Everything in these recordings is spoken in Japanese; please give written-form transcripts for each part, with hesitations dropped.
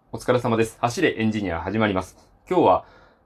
お疲れ様です。走れエンジニア始まります。今日は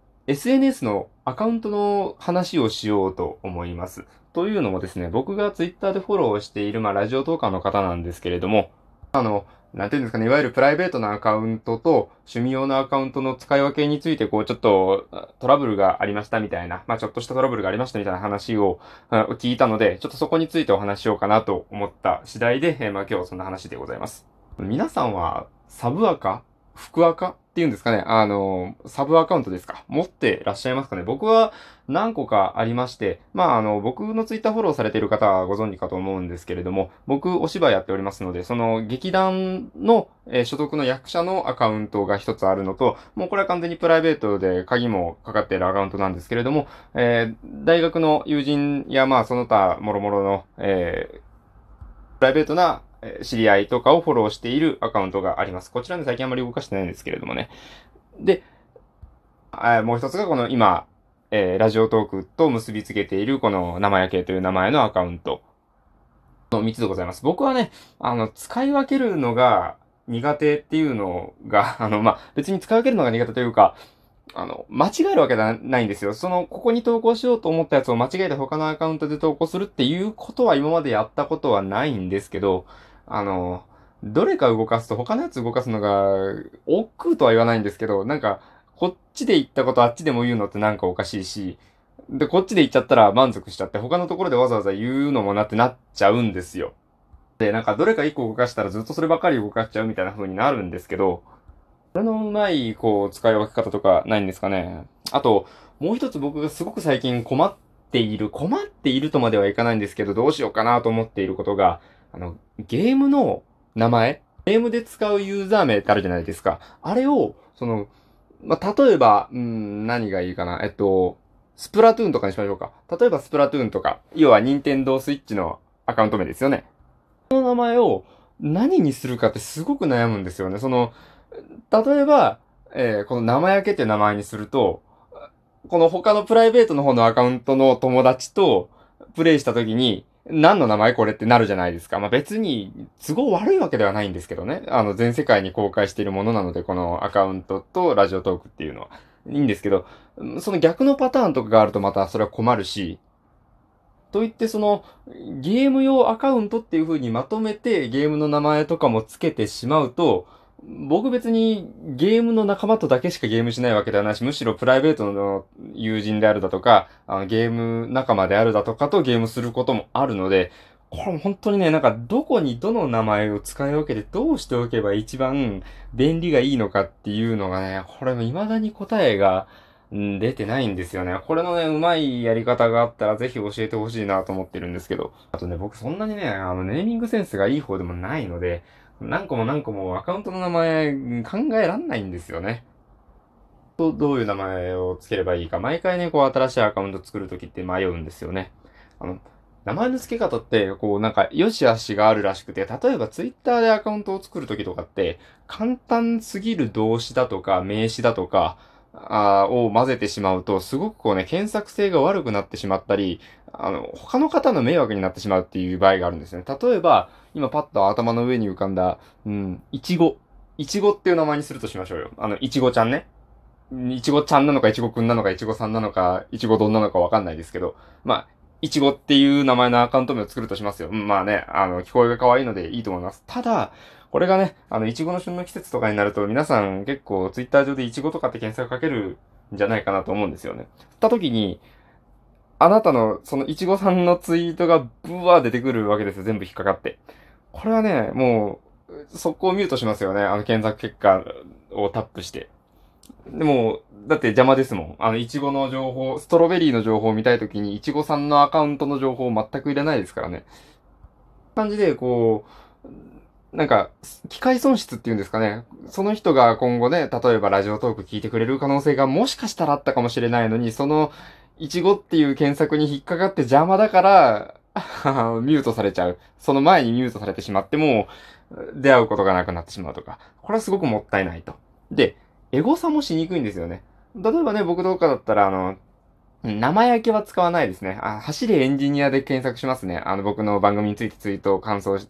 SNS のアカウントの話をしようと思います。というのもですね、僕が Twitter でフォローしている、ラジオトーカーの方なんですけれども、なんていうんですかね、いわゆるプライベートなアカウントと趣味用のアカウントの使い分けについて、ちょっとトラブルがありましたみたいな、ちょっとしたトラブルがありましたみたいな話を聞いたので、ちょっとそこについてお話ししようかなと思った次第で、今日はそんな話でございます。皆さんはサブアカ福アカっていうんですかね。サブアカウントですか持ってらっしゃいますかね。僕は何個かありまして、僕のツイッターフォローされている方はご存知かと思うんですけれども、僕お芝居やっておりますので、その劇団の、所属の役者のアカウントが一つあるのと、もうこれは完全にプライベートで鍵もかかっているアカウントなんですけれども、大学の友人やその他諸々の、プライベートな知り合いとかをフォローしているアカウントがあります。こちらね、最近あんまり動かしてないんですけれどもね。で、もう一つがこの今、ラジオトークと結びつけているこの生焼けという名前のアカウントの3つでございます。僕はね、使い分けるのが苦手っていうのが、別に使い分けるのが苦手というか、間違えるわけじゃないんですよ。ここに投稿しようと思ったやつを間違えて他のアカウントで投稿するっていうことは今までやったことはないんですけど、あの、どれか動かすと他のやつ動かすのが、億劫とは言わないんですけど、こっちで言ったことあっちでも言うのってなんかおかしいし、で、こっちで言っちゃったら満足しちゃって他のところでわざわざ言うのもなってなっちゃうんですよ。で、どれか一個動かしたらずっとそればっかり動かしちゃうみたいな風になるんですけど、これのうまい、使い分け方とかないんですかね。あと、もう一つ僕がすごく最近困っているとまではいかないんですけど、どうしようかなと思っていることが、ゲームの名前ゲームで使うユーザー名ってあるじゃないですか。あれを、例えば、何がいいかな。スプラトゥーンとかにしましょうか。例えばスプラトゥーンとか、要は任天堂スイッチのアカウント名ですよね。この名前を何にするかってすごく悩むんですよね。例えば、この生焼けっていう名前にすると、この他のプライベートの方のアカウントの友達とプレイした時に、何の名前これってなるじゃないですか。別に都合悪いわけではないんですけどね。全世界に公開しているものなので、このアカウントとラジオトークっていうのは。いいんですけど、その逆のパターンとかがあるとまたそれは困るし、といってゲーム用アカウントっていう風にまとめてゲームの名前とかも付けてしまうと、僕別にゲームの仲間とだけしかゲームしないわけではないし、むしろプライベートの友人であるだとか、ゲーム仲間であるだとかとゲームすることもあるので、これ本当にね、どこにどの名前を使い分けてどうしておけば一番便利がいいのかっていうのがね、これも未だに答えが出てないんですよね。これのね、うまいやり方があったらぜひ教えてほしいなと思ってるんですけど。あとね、僕そんなにね、ネーミングセンスがいい方でもないので、何個も何個もアカウントの名前考えらんないんですよね。どういう名前をつければいいか。毎回ね、新しいアカウント作るときって迷うんですよね。あの、名前の付け方って、良し悪しがあるらしくて、例えばツイッターでアカウントを作るときとかって、簡単すぎる動詞だとか名詞だとか、を混ぜてしまうと、すごく検索性が悪くなってしまったり、他の方の迷惑になってしまうっていう場合があるんですね。例えば、今パッと頭の上に浮かんだ、いちご。いちごっていう名前にするとしましょうよ。いちごちゃんね。いちごちゃんなのか、いちごくんなのか、いちごさんなのか、いちごどんなのかわかんないですけど、いちごっていう名前のアカウント名を作るとしますよ。聞こえが可愛いのでいいと思います。ただ、これがね、いちごの旬の季節とかになると、皆さん結構ツイッター上でいちごとかって検索かけるんじゃないかなと思うんですよね。った時に、あなたのそのいちごさんのツイートがブワー出てくるわけですよ。全部引っかかって。これはね、もう、速攻ミュートしますよね。検索結果をタップして。でも、だって邪魔ですもん。いちごの情報、ストロベリーの情報を見たいときに、いちごさんのアカウントの情報を全く入れないですからね。感じで、機械損失っていうんですかね。その人が今後ね、例えばラジオトーク聞いてくれる可能性がもしかしたらあったかもしれないのに、いちごっていう検索に引っかかって邪魔だから、ミュートされちゃう。その前にミュートされてしまっても、出会うことがなくなってしまうとか。これはすごくもったいないと。で、エゴサもしにくいんですよね。例えばね、僕とかだったら、生焼けは使わないですね。走れエンジニアで検索しますね。僕の番組についてツイートを感想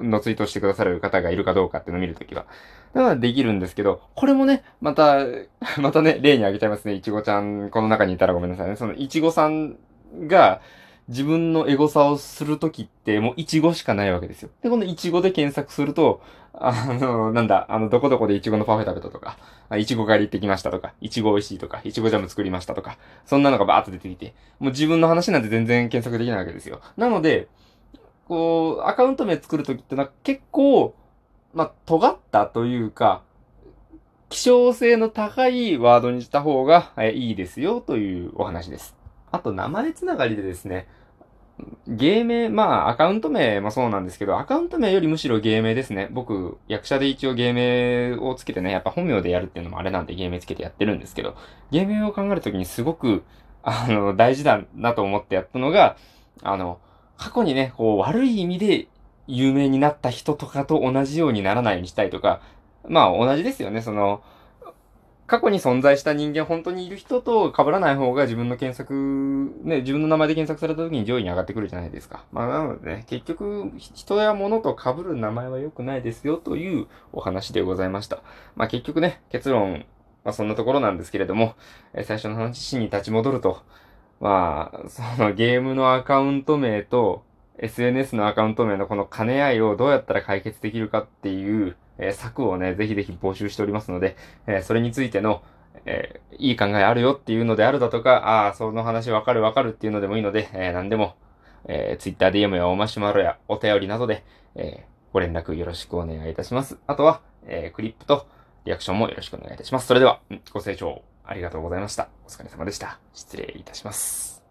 のツイートしてくださる方がいるかどうかっていうのを見るときは。だからできるんですけど、これもね、また、またね、例に挙げちゃいますね。いちごちゃん、この中にいたらごめんなさいね。そのいちごさんが、自分のエゴサをするときって、もうイチゴしかないわけですよ。で、このイチゴで検索すると、どこどこでイチゴのパフェ食べたとか、イチゴ狩り行ってきましたとか、イチゴ美味しいとか、イチゴジャム作りましたとか、そんなのがバーッと出てきて、もう自分の話なんて全然検索できないわけですよ。なので、こう、アカウント名作るときってのは結構、尖ったというか、希少性の高いワードにした方がいいですよというお話です。あと、名前つながりでですね、芸名、アカウント名もそうなんですけど、アカウント名よりむしろ芸名ですね。僕、役者で一応芸名をつけてね、やっぱ本名でやるっていうのもあれなんで芸名つけてやってるんですけど、芸名を考えるときにすごく、大事だなと思ってやったのが、過去にね、こう、悪い意味で有名になった人とかと同じようにならないようにしたいとか、同じですよね、過去に存在した人間、本当にいる人と被らない方が自分の検索、ね、自分の名前で検索された時に上位に上がってくるじゃないですか。なのでね、結局、人や物と被る名前は良くないですよというお話でございました。結局ね、結論、そんなところなんですけれども、最初の話に立ち戻ると、そのゲームのアカウント名と SNS のアカウント名のこの兼ね合いをどうやったら解決できるかっていう、策をね、ぜひぜひ募集しておりますので、それについての、いい考えあるよっていうのであるだとか、その話わかるわかるっていうのでもいいので、何でも、Twitter DM やおマシュマロやお便りなどで、ご連絡よろしくお願いいたします。あとは、クリップとリアクションもよろしくお願いいたします。それでは、ご清聴ありがとうございました。お疲れ様でした。失礼いたします。